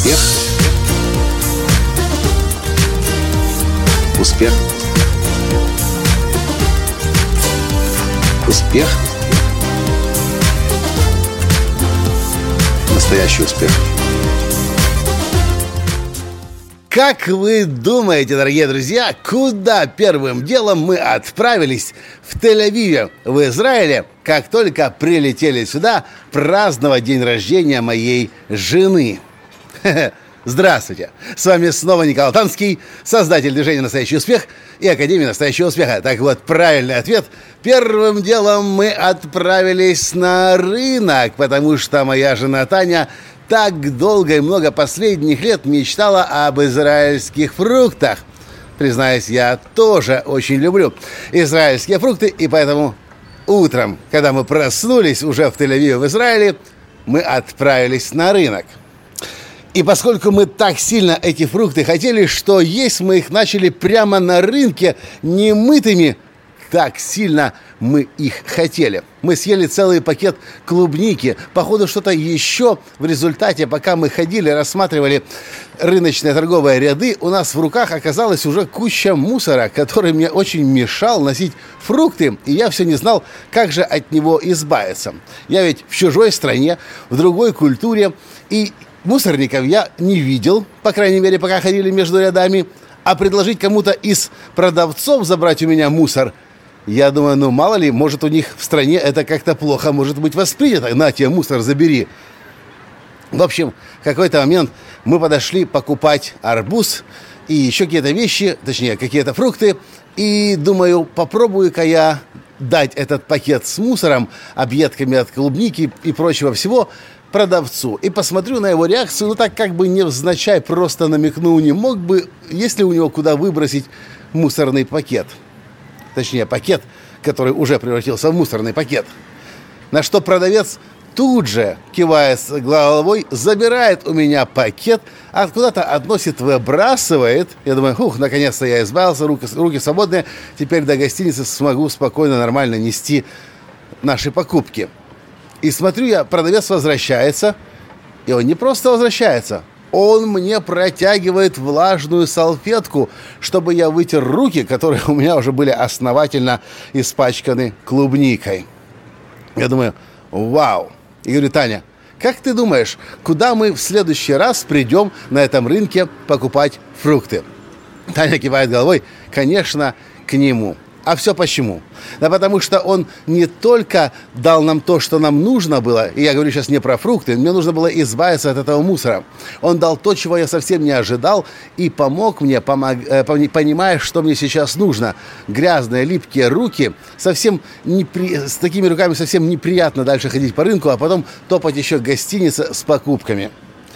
Успех. Успех. Успех. Настоящий успех. Как вы думаете, дорогие друзья, куда первым делом мы отправились в Тель-Авиве, в Израиле, как только прилетели сюда праздновать день рождения моей жены? Здравствуйте! С вами снова Николай Танский, создатель движения «Настоящий успех» и Академии «Настоящего успеха». Так вот, правильный ответ. Первым делом мы отправились на рынок, потому что моя жена Таня так долго и много последних лет мечтала об израильских фруктах. Признаюсь, я тоже очень люблю израильские фрукты, и поэтому утром, когда мы проснулись уже в Тель-Авиве, в Израиле, мы отправились на рынок. И поскольку мы так сильно эти фрукты хотели, что есть мы их начали прямо на рынке немытыми, так сильно мы их хотели. Мы съели целый пакет клубники, походу что-то еще. В результате, пока мы ходили, рассматривали рыночные торговые ряды, у нас в руках оказалась уже куча мусора, который мне очень мешал носить фрукты, и я все не знал, как же от него избавиться. Я ведь в чужой стране, в другой культуре, и мусорников я не видел, по крайней мере, пока ходили между рядами, а предложить кому-то из продавцов забрать у меня мусор, я думаю, мало ли, может, у них в стране это как-то плохо может быть воспринято. На тебе мусор забери. В общем, в какой-то момент мы подошли покупать арбуз и еще какие-то вещи, точнее, какие-то фрукты. И думаю, попробую-ка я дать этот пакет с мусором, объедками от клубники и прочего всего продавцу. И посмотрю на его реакцию, так как бы невзначай просто намекнул, не мог бы, есть ли у него куда выбросить мусорный пакет. Точнее, пакет, который уже превратился в мусорный пакет. На что продавец тут же, кивая с головой, забирает у меня пакет, откуда-то относит, выбрасывает. Я думаю, наконец-то я избавился, руки свободные, теперь до гостиницы смогу спокойно, нормально нести наши покупки. И смотрю я, продавец возвращается, и он не просто возвращается, он мне протягивает влажную салфетку, чтобы я вытер руки, которые у меня уже были основательно испачканы клубникой. Я думаю, вау. И говорю, Таня, как ты думаешь, куда мы в следующий раз придем на этом рынке покупать фрукты? Таня кивает головой, конечно, к нему. А все почему? Да потому что он не только дал нам то, что нам нужно было, и я говорю сейчас не про фрукты, мне нужно было избавиться от этого мусора. Он дал то, чего я совсем не ожидал, и помог мне, понимая, что мне сейчас нужно. Грязные, липкие руки, с такими руками совсем неприятно дальше ходить по рынку, а потом топать еще к гостинице с покупками.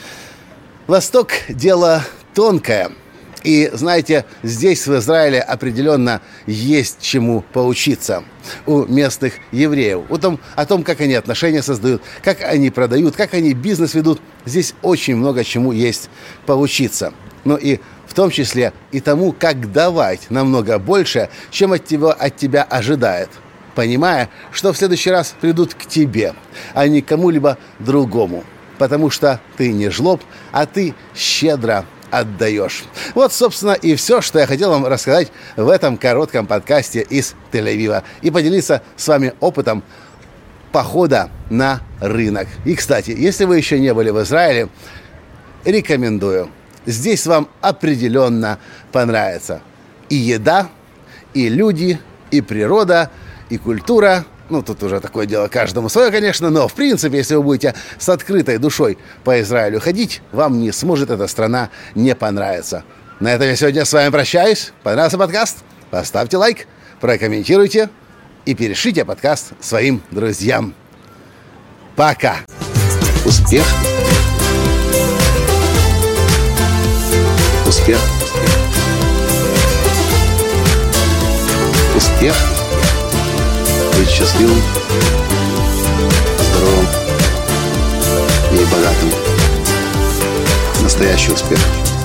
Восток – дело тонкое. И, знаете, здесь, в Израиле, определенно есть чему поучиться у местных евреев. О том, как они отношения создают, как они продают, как они бизнес ведут. Здесь очень много чему есть поучиться. Но и в том числе и тому, как давать намного больше, чем от тебя ожидает. Понимая, что в следующий раз придут к тебе, а не к кому-либо другому. Потому что ты не жлоб, а ты щедро отдаешь. Вот, собственно, и все, что я хотел вам рассказать в этом коротком подкасте из Тель-Авива и поделиться с вами опытом похода на рынок. И, кстати, если вы еще не были в Израиле, рекомендую. Здесь вам определенно понравится и еда, и люди, и природа, и культура. Тут уже такое дело каждому свое, конечно, но, в принципе, если вы будете с открытой душой по Израилю ходить, вам не сможет эта страна не понравиться. На этом я сегодня с вами прощаюсь. Понравился подкаст? Поставьте лайк, прокомментируйте и перешлите подкаст своим друзьям. Пока! Успех. Успех. Успех. Быть счастливым, здоровым и богатым. Настоящий успех.